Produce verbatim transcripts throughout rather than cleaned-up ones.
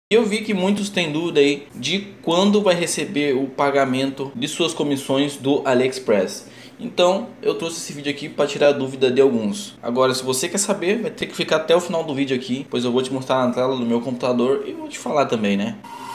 Eu vi que muitos têm dúvida aí de quando vai receber o pagamento de suas comissões do AliExpress. Então eu trouxe esse vídeo aqui para tirar a dúvida de alguns. Agora, se você quer saber, vai ter que ficar até o final do vídeo aqui, pois eu vou te mostrar na tela do meu computador e vou te falar também, né?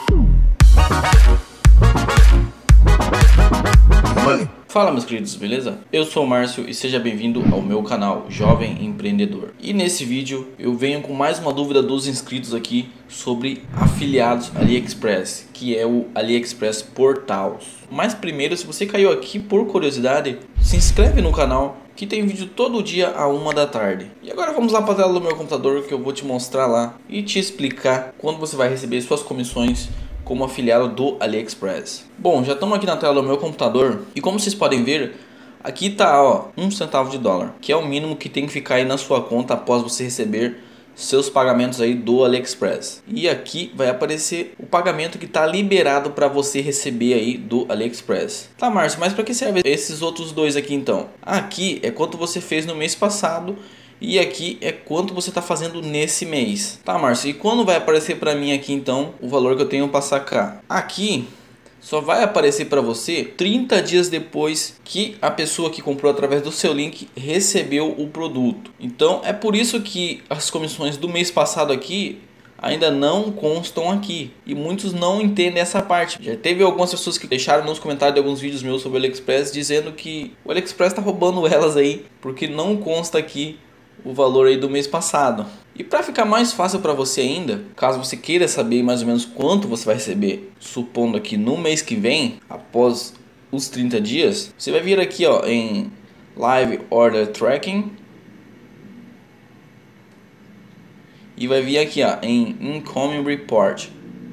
Fala, meus queridos, beleza? Eu sou o Márcio e seja bem-vindo ao meu canal Jovem Empreendedor. E nesse vídeo eu venho com mais uma dúvida dos inscritos aqui sobre afiliados AliExpress, que é o AliExpress Portals. Mas primeiro, se você caiu aqui por curiosidade, se inscreve no canal que tem vídeo todo dia a uma da tarde. E agora vamos lá para a tela do meu computador que eu vou te mostrar lá e te explicar quando você vai receber suas comissões como afiliado do AliExpress. Bom, já estamos aqui na tela do meu computador e como vocês podem ver, aqui tá ó, um centavo de dólar, que é o mínimo que tem que ficar aí na sua conta após você receber seus pagamentos aí do AliExpress. E aqui vai aparecer o pagamento que está liberado para você receber aí do AliExpress. Tá, Márcio, mas para que serve esses outros dois aqui então? Aqui é quanto você fez no mês passado e aqui é quanto você está fazendo nesse mês. Tá, Márcio, e quando vai aparecer para mim aqui então o valor que eu tenho para sacar? Aqui só vai aparecer para você trinta dias depois que a pessoa que comprou através do seu link recebeu o produto. Então é por isso que as comissões do mês passado aqui ainda não constam aqui. E muitos não entendem essa parte. Já teve algumas pessoas que deixaram nos comentários de alguns vídeos meus sobre o AliExpress dizendo que o AliExpress está roubando elas aí, porque não consta aqui o valor aí do mês passado. E para ficar mais fácil para você ainda, caso você queira saber mais ou menos quanto você vai receber, supondo aqui no mês que vem, após os trinta dias, você vai vir aqui ó, em Live Order Tracking e vai vir aqui ó, em Incoming Report.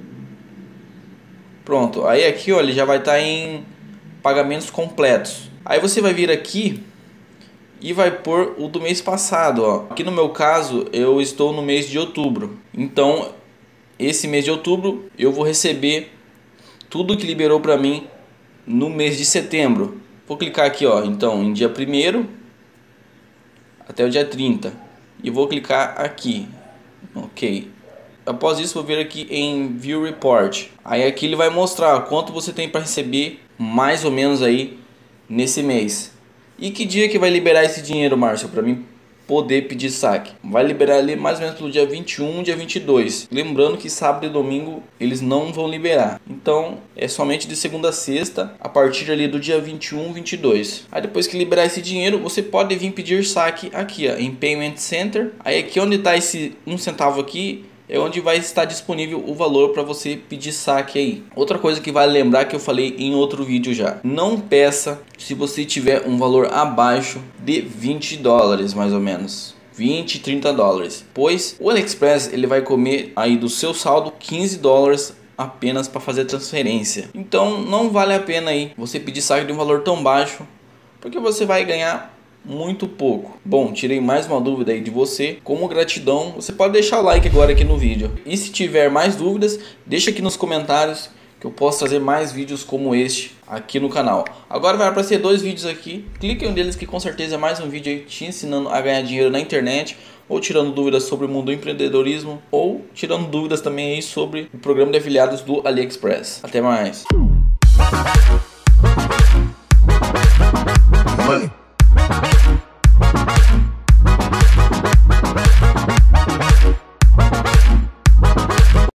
Pronto, aí aqui ó, ele já vai estar em pagamentos completos. Aí você vai vir aqui e vai pôr o do mês passado, ó. Aqui no meu caso eu estou no mês de outubro. Então esse mês de outubro eu vou receber tudo que liberou para mim no mês de setembro. Vou clicar aqui ó, então em dia primeiro até o dia trinta e vou clicar aqui, ok. Após isso vou vir aqui em View Report. Aí aqui ele vai mostrar quanto você tem para receber mais ou menos aí nesse mês. E que dia que vai liberar esse dinheiro, Márcio, para mim poder pedir saque? Vai liberar ali mais ou menos pelo dia vinte e um, dia vinte e dois. Lembrando que sábado e domingo eles não vão liberar. Então é somente de segunda a sexta, a partir ali do dia vinte e um, vinte e dois. Aí depois que liberar esse dinheiro, você pode vir pedir saque aqui, ó, em Payment Center. Aí aqui onde está esse um centavo aqui, é onde vai estar disponível o valor para você pedir saque aí. Outra coisa que vale lembrar que eu falei em outro vídeo já. Não peça se você tiver um valor abaixo de vinte dólares mais ou menos. vinte, trinta dólares. Pois o AliExpress ele vai comer aí do seu saldo quinze dólares apenas para fazer transferência. Então não vale a pena aí você pedir saque de um valor tão baixo, porque você vai ganhar muito pouco. Bom, tirei mais uma dúvida aí de você. Como gratidão, você pode deixar o like agora aqui no vídeo. E se tiver mais dúvidas, deixa aqui nos comentários que eu posso trazer mais vídeos como este aqui no canal. Agora vai aparecer dois vídeos aqui. Clique em um deles que com certeza é mais um vídeo aí te ensinando a ganhar dinheiro na internet, ou tirando dúvidas sobre o mundo do empreendedorismo, ou tirando dúvidas também aí sobre o programa de afiliados do AliExpress. Até mais!